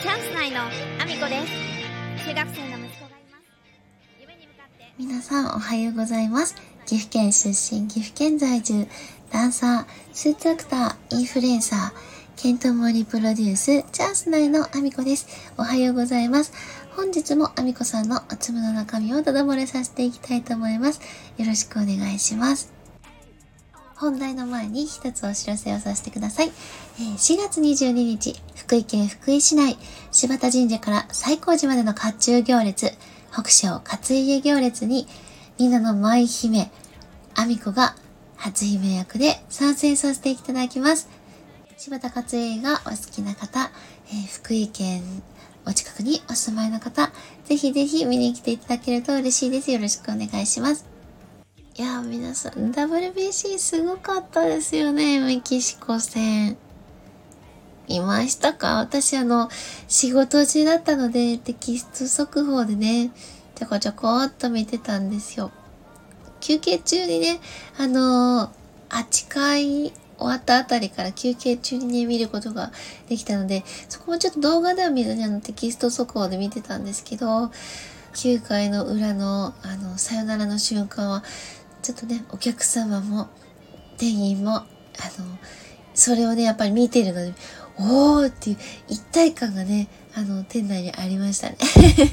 チャンス内のアミコです。中学生の息子がいます。夢に向かって皆さんおはようございます。岐阜県出身、岐阜県在住、ダンサー、スーツアクター、インフルエンサー、ケントモリプロデュース、チャンス内のアミコです。おはようございます。本日もアミコさんのおつむの中身をただ漏れさせていきたいと思います。よろしくお願いします。本題の前に一つお知らせをさせてください。4月22日、福井県福井市内、柴田神社から西光寺までの甲冑行列、北昇勝家行列に、みんなの舞姫、アミコが初姫役で参戦させていただきます。柴田勝家がお好きな方、福井県お近くにお住まいの方、ぜひぜひ見に来ていただけると嬉しいです。よろしくお願いします。いやー皆さん WBC すごかったですよね。メキシコ戦見ましたか？私仕事中だったのでテキスト速報でねちょこちょこっと見てたんですよ。休憩中にね8回終わったあたりから休憩中にね見ることができたので、そこもちょっと動画では見ずにテキスト速報で見てたんですけど、9回の裏のサヨナラの瞬間はちょっとね、お客様も店員もそれをねやっぱり見てるので、おーっていう一体感がね店内にありましたね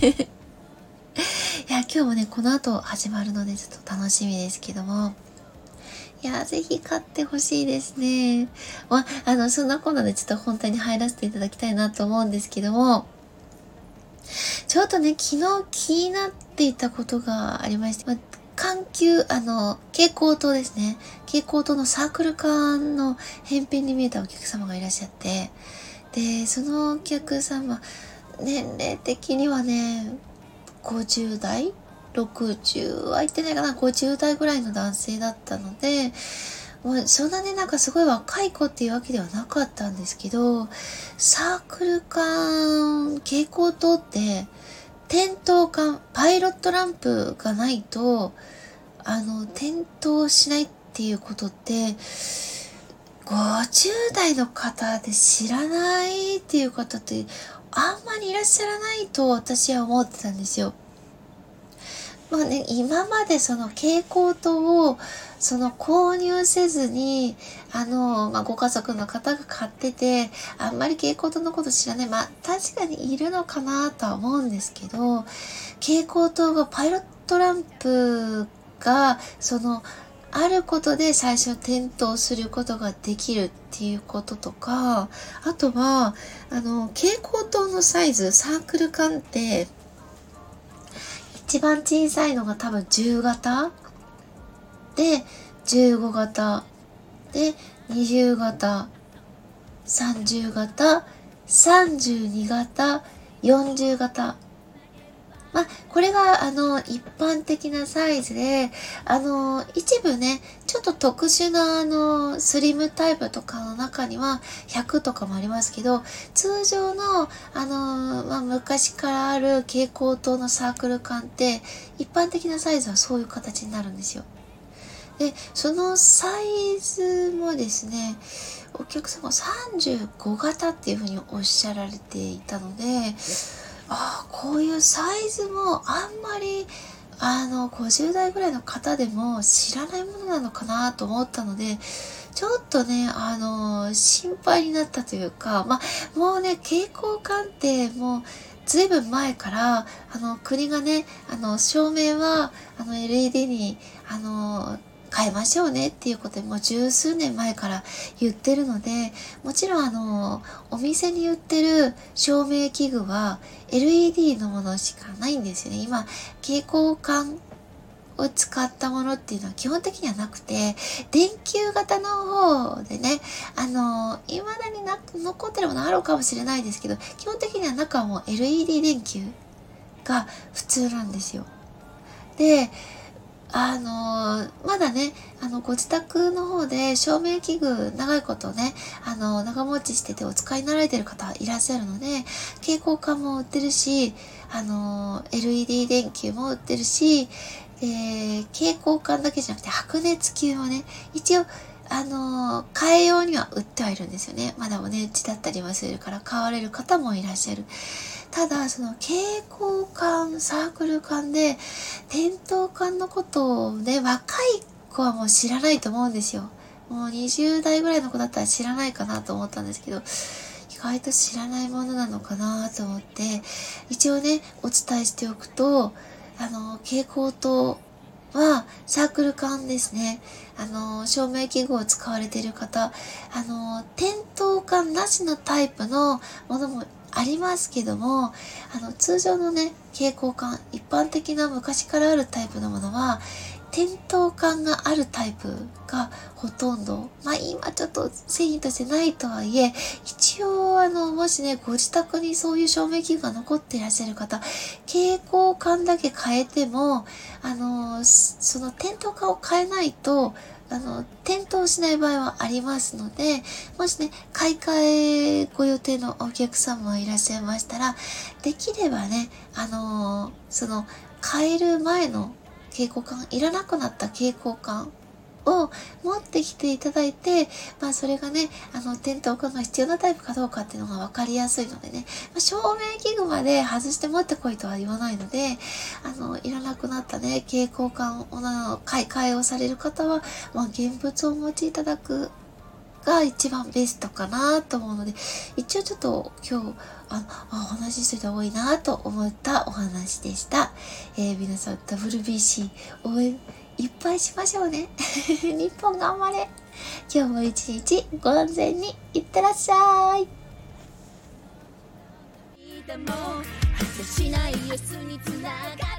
いや今日もねこの後始まるのでちょっと楽しみですけども、いやぜひ買ってほしいですね。そんなこんなでちょっと本題に入らせていただきたいなと思うんですけども、ちょっとね昨日気になっていたことがありまして、環球蛍光灯ですね。蛍光灯のサークル缶の返品に見えたお客様がいらっしゃって、でそのお客様年齢的にはね50代60は言ってないかな、50代ぐらいの男性だったので、そんなねすごい若い子っていうわけではなかったんですけど、サークル缶蛍光灯って点灯管パイロットランプがないと点灯しないっていうことって50代の方で知らないっていう方ってあんまりいらっしゃらないと私は思ってたんですよ。今までその蛍光灯を購入せずにご家族の方が買っててあんまり蛍光灯のこと知らない、確かにいるのかなとは思うんですけど、蛍光灯がパイロットランプがあることで最初点灯することができるっていうこととか、あとは蛍光灯のサイズサークル缶って一番小さいのが多分10型で15型で20型30型32型40型、これが一般的なサイズで一部ねちょっと特殊なスリムタイプとかの中には100とかもありますけど、通常の昔からある蛍光灯のサークル缶って一般的なサイズはそういう形になるんですよ。でそのサイズもですねお客様35型っていうふうにおっしゃられていたので、こういうサイズもあんまり50代ぐらいの方でも知らないものなのかなと思ったので、ちょっとね心配になったというか、もうね蛍光缶ってもうずいぶん前から国がね照明はLED に変えましょうねっていうことでもう十数年前から言ってるので、もちろんお店に売ってる照明器具は LED のものしかないんですよね。今蛍光管を使ったものっていうのは基本的にはなくて、電球型の方でね未だに残ってるものあるかもしれないですけど、基本的には中はもう LED 電球が普通なんですよ。でまだねご自宅の方で照明器具長いことね長持ちしててお使いになられてる方いらっしゃるので、蛍光管も売ってるしLED 電球も売ってるし、蛍光管だけじゃなくて白熱球もね一応替えようには売ってはいるんですよね。まだお値打ちだったりもするから買われる方もいらっしゃる。ただ、その蛍光管、サークル管で、点灯管のことをね、若い子はもう知らないと思うんですよ。もう20代ぐらいの子だったら知らないかなと思ったんですけど、意外と知らないものなのかなと思って、一応ね、お伝えしておくと、蛍光灯はサークル管ですね。照明器具を使われている方、点灯管なしのタイプのものもありますけども、通常のね、蛍光管、一般的な昔からあるタイプのものは、点灯管があるタイプがほとんど。まあ今ちょっと製品としてないとはいえ、一応もしね、ご自宅にそういう照明器具が残っていらっしゃる方、蛍光管だけ変えても、その点灯管を変えないと、点灯しない場合はありますので、もしね、買い替えご予定のお客様がいらっしゃいましたら、できればね、変える前の蛍光管、いらなくなった蛍光管を持ってきていただいて、まあそれがね、点灯管が必要なタイプかどうかっていうのが分かりやすいのでね、照明器具まで外して持ってこいとは言わないので、いらなくなったね、蛍光管を買い替えをされる方は、まあ現物をお持ちいただくが一番ベストかなと思うので、一応ちょっと今日お話ししてた方がいいなと思ったお話でした。皆さん WBC 応援いっぱいしましょうね。日本頑張れ。今日も一日ご安全にいってらっしゃい。 でも果てしない明日につながる